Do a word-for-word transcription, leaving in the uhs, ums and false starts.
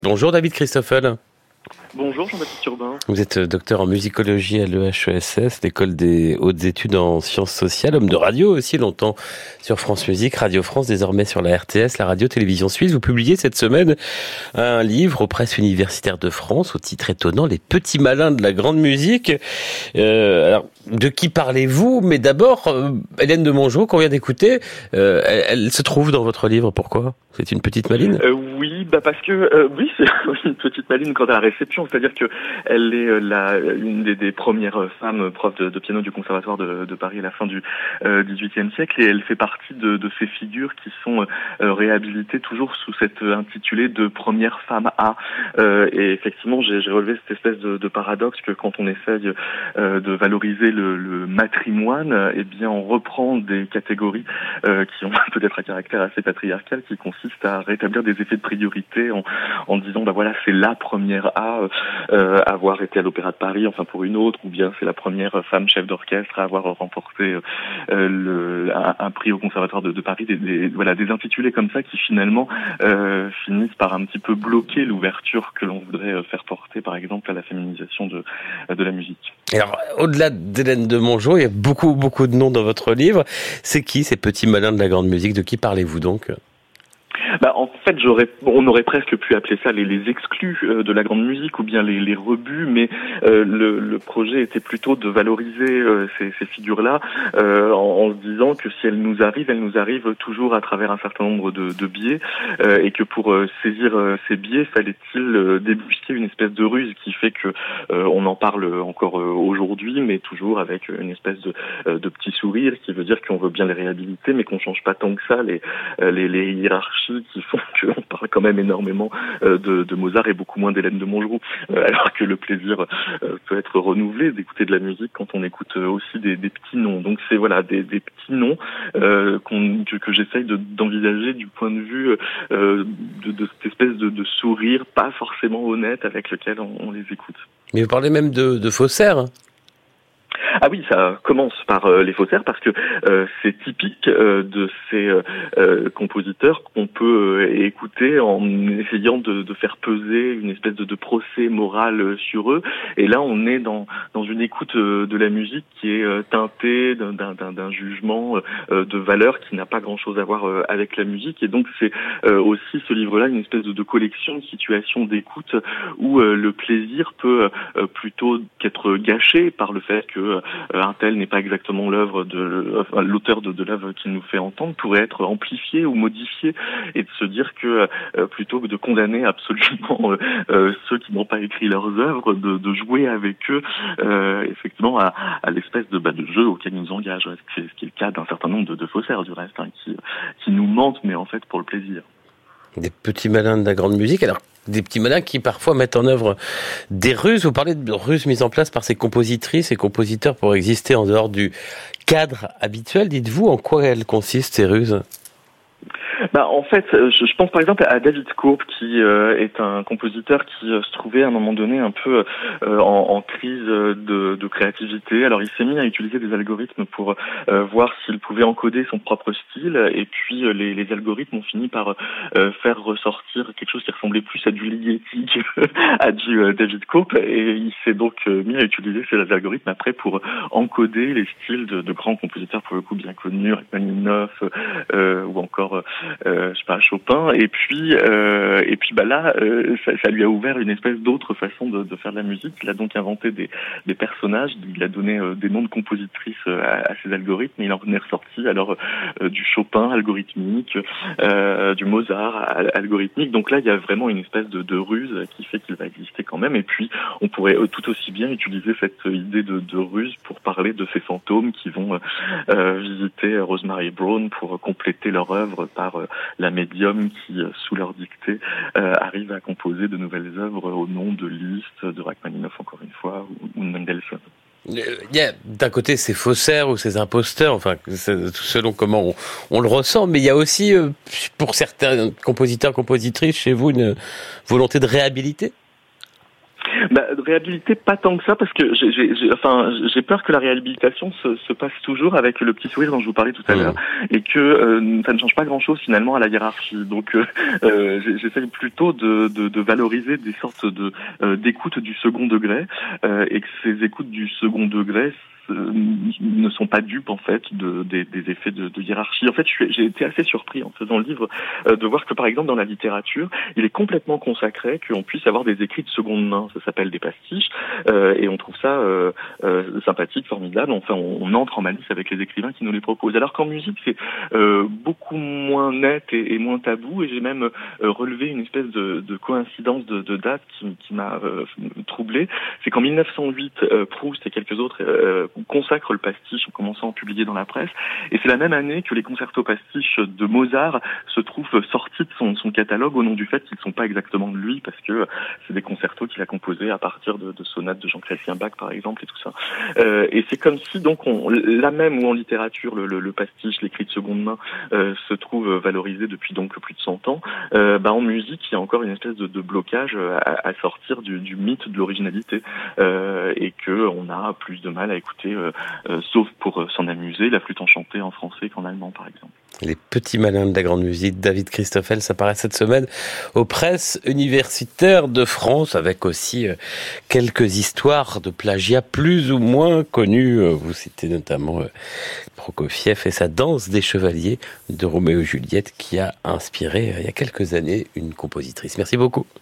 Bonjour David Christoffel. Bonjour Jean-Baptiste Urbain. Vous êtes docteur en musicologie à l'E H E S S, l'école des hautes études en sciences sociales, homme de radio aussi, longtemps sur France Musique, Radio France, désormais sur la R T S, la radio-télévision suisse. Vous publiez cette semaine un livre aux presses universitaires de France au titre étonnant, Les petits malins de la grande musique. Euh, alors, de qui parlez-vous? Mais d'abord, euh, Hélène de Mongeau, qu'on vient d'écouter, euh, elle, elle se trouve dans votre livre. Pourquoi? C'est une petite maline? euh, Oui, bah parce que euh, oui, c'est une petite maline quant à la réception, c'est-à-dire que elle est euh, la une des, des premières femmes profs de, de piano du Conservatoire de, de Paris à la fin du euh, dix-huitième siècle, et elle fait partie de, de ces figures qui sont euh, réhabilitées toujours sous cet intitulé de première femme à. Euh, et effectivement, j'ai, j'ai relevé cette espèce de, de paradoxe que quand on essaye euh, de valoriser le, le matrimoine, eh bien on reprend des catégories euh, qui ont peut-être un caractère assez patriarcal, qui consiste à rétablir des effets de priorité en, en disant bah voilà, c'est la première à euh, avoir été à l'Opéra de Paris, enfin pour une autre, ou bien c'est la première femme chef d'orchestre à avoir remporté euh, le, un, un prix au Conservatoire de, de Paris, des, des, voilà, des intitulés comme ça qui finalement euh, finissent par un petit peu bloquer l'ouverture que l'on voudrait faire porter par exemple à la féminisation de, de la musique. Alors, au-delà d'Hélène de Mongeau, il y a beaucoup, beaucoup de noms dans votre livre. C'est qui ces petits malins de la grande musique? De qui parlez-vous donc? Bah, en fait, j'aurais, on aurait presque pu appeler ça les, les exclus euh, de la grande musique ou bien les, les rebuts, mais euh, le, le projet était plutôt de valoriser euh, ces, ces figures-là euh, en, en se disant que si elles nous arrivent, elles nous arrivent toujours à travers un certain nombre de, de biais euh, et que pour euh, saisir euh, ces biais, fallait-il euh, débusquer une espèce de ruse qui fait que euh, on en parle encore euh, aujourd'hui, mais toujours avec une espèce de, euh, de petit sourire qui veut dire qu'on veut bien les réhabiliter, mais qu'on change pas tant que ça les, euh, les, les hiérarchies qui font qu'on parle quand même énormément euh, de, de Mozart et beaucoup moins d'Hélène de Mongeau, euh, alors que le plaisir euh, peut être renouvelé d'écouter de la musique quand on écoute aussi des, des petits noms. Donc c'est voilà des, des petits noms euh, qu'on, que, que j'essaye de, d'envisager du point de vue euh, de, de cette espèce de, de sourire pas forcément honnête avec lequel on, on les écoute. Mais vous parlez même de, de faussaires. Ah oui, ça commence par euh, les faussaires parce que euh, c'est typique euh, de ces euh, compositeurs qu'on peut euh, écouter en essayant de, de faire peser une espèce de, de procès moral sur eux. Et là, on est dans dans une écoute euh, de la musique qui est euh, teintée d'un, d'un, d'un jugement euh, de valeur qui n'a pas grand-chose à voir euh, avec la musique. Et donc, c'est euh, aussi ce livre-là une espèce de, de collection de situations d'écoute où euh, le plaisir peut euh, plutôt qu'être gâché par le fait que Euh, un tel n'est pas exactement l'œuvre de enfin, l'auteur de, de l'œuvre qu'il nous fait entendre, pourrait être amplifié ou modifié, et de se dire que euh, plutôt que de condamner absolument euh, ceux qui n'ont pas écrit leurs œuvres, de, de jouer avec eux euh, effectivement à, à l'espèce de, bah, de jeu auquel ils nous engagent, ce qui est le cas d'un certain nombre de, de faussaires du reste, hein, qui, qui nous mentent mais en fait pour le plaisir. Des petits malins de la grande musique. Alors, des petits malins qui parfois mettent en œuvre des ruses. Vous parlez de ruses mises en place par ces compositrices et compositeurs pour exister en dehors du cadre habituel. Dites-vous en quoi elles consistent, ces ruses? Bah, en fait, je, je pense par exemple à David Cope, qui euh, est un compositeur qui euh, se trouvait à un moment donné un peu euh, en, en crise de, de créativité. Alors, il s'est mis à utiliser des algorithmes pour euh, voir s'il pouvait encoder son propre style, et puis euh, les, les algorithmes ont fini par euh, faire ressortir quelque chose qui ressemblait plus à du Ligeti à du euh, David Cope, et il s'est donc euh, mis à utiliser ces algorithmes après pour encoder les styles de, de grands compositeurs pour le coup bien connus, Rachmaninoff euh, ou encore euh, Euh, je sais pas, Chopin, et puis euh, et puis bah là euh, ça, ça lui a ouvert une espèce d'autre façon de, de faire de la musique. Il a donc inventé des, des personnages, il a donné euh, des noms de compositrices euh, à, à ses algorithmes, et il en est ressorti alors euh, du Chopin algorithmique, euh, du Mozart algorithmique. Donc là il y a vraiment une espèce de, de ruse qui fait qu'il va exister quand même, et puis on pourrait euh, tout aussi bien utiliser cette idée de, de ruse pour parler de ces fantômes qui vont euh, visiter Rosemary Brown pour compléter leur œuvre par la médium qui, sous leur dictée, euh, arrive à composer de nouvelles œuvres au nom de Liszt, de Rachmaninoff encore une fois, ou, ou de Mendelssohn. Il y a d'un côté ces faussaires ou ces imposteurs, enfin selon comment on, on le ressent, mais il y a aussi pour certains compositeurs, compositrices chez vous une volonté de réhabiliter. Bah, réhabilité, pas tant que ça, parce que j'ai, j'ai, j'ai, enfin, j'ai peur que la réhabilitation se, se passe toujours avec le petit sourire dont je vous parlais tout à l'heure, et que euh, ça ne change pas grand-chose finalement à la hiérarchie. Donc, euh, euh, j'essaie plutôt de, de, de valoriser des sortes de euh, d'écoute du second degré, euh, et que ces écoutes du second degré ne sont pas dupes en fait de, des, des effets de, de hiérarchie. En fait, je suis, j'ai été assez surpris en faisant le livre euh, de voir que par exemple dans la littérature, il est complètement consacré qu'on puisse avoir des écrits de seconde main. Ça s'appelle des pastiches euh, et on trouve ça euh, euh, sympathique, formidable. Enfin, on, on entre en malice avec les écrivains qui nous les proposent. Alors qu'en musique, c'est euh, beaucoup moins net et, et moins tabou. Et j'ai même euh, relevé une espèce de, de coïncidence de, de date qui, qui m'a euh, troublé. C'est qu'en mille neuf cent huit, euh, Proust et quelques autres euh, consacre le pastiche en commençant à publier dans la presse. Et c'est la même année que les concertos pastiches de Mozart se trouvent sortis de son, son catalogue au nom du fait qu'ils ne sont pas exactement de lui, parce que c'est des concertos qu'il a composés à partir de, de sonates de Jean-Chrétien Bach, par exemple, et tout ça. Euh, et c'est comme si, donc, on, là même où en littérature, le, le, le pastiche, l'écrit de seconde main, euh, se trouve valorisé depuis donc plus de cent ans, euh, bah, en musique, il y a encore une espèce de, de blocage à, à sortir du, du mythe de l'originalité, euh, et que on a plus de mal à écouter Euh, euh, sauf pour euh, s'en amuser, la flûte enchantée en français qu'en allemand par exemple. Les petits malins de la grande musique, David Christoffel, ça paraît cette semaine aux presses universitaires de France, avec aussi euh, quelques histoires de plagiat plus ou moins connues. Vous citez notamment euh, Prokofiev et sa danse des chevaliers de Roméo et Juliette, qui a inspiré euh, il y a quelques années une compositrice. Merci beaucoup.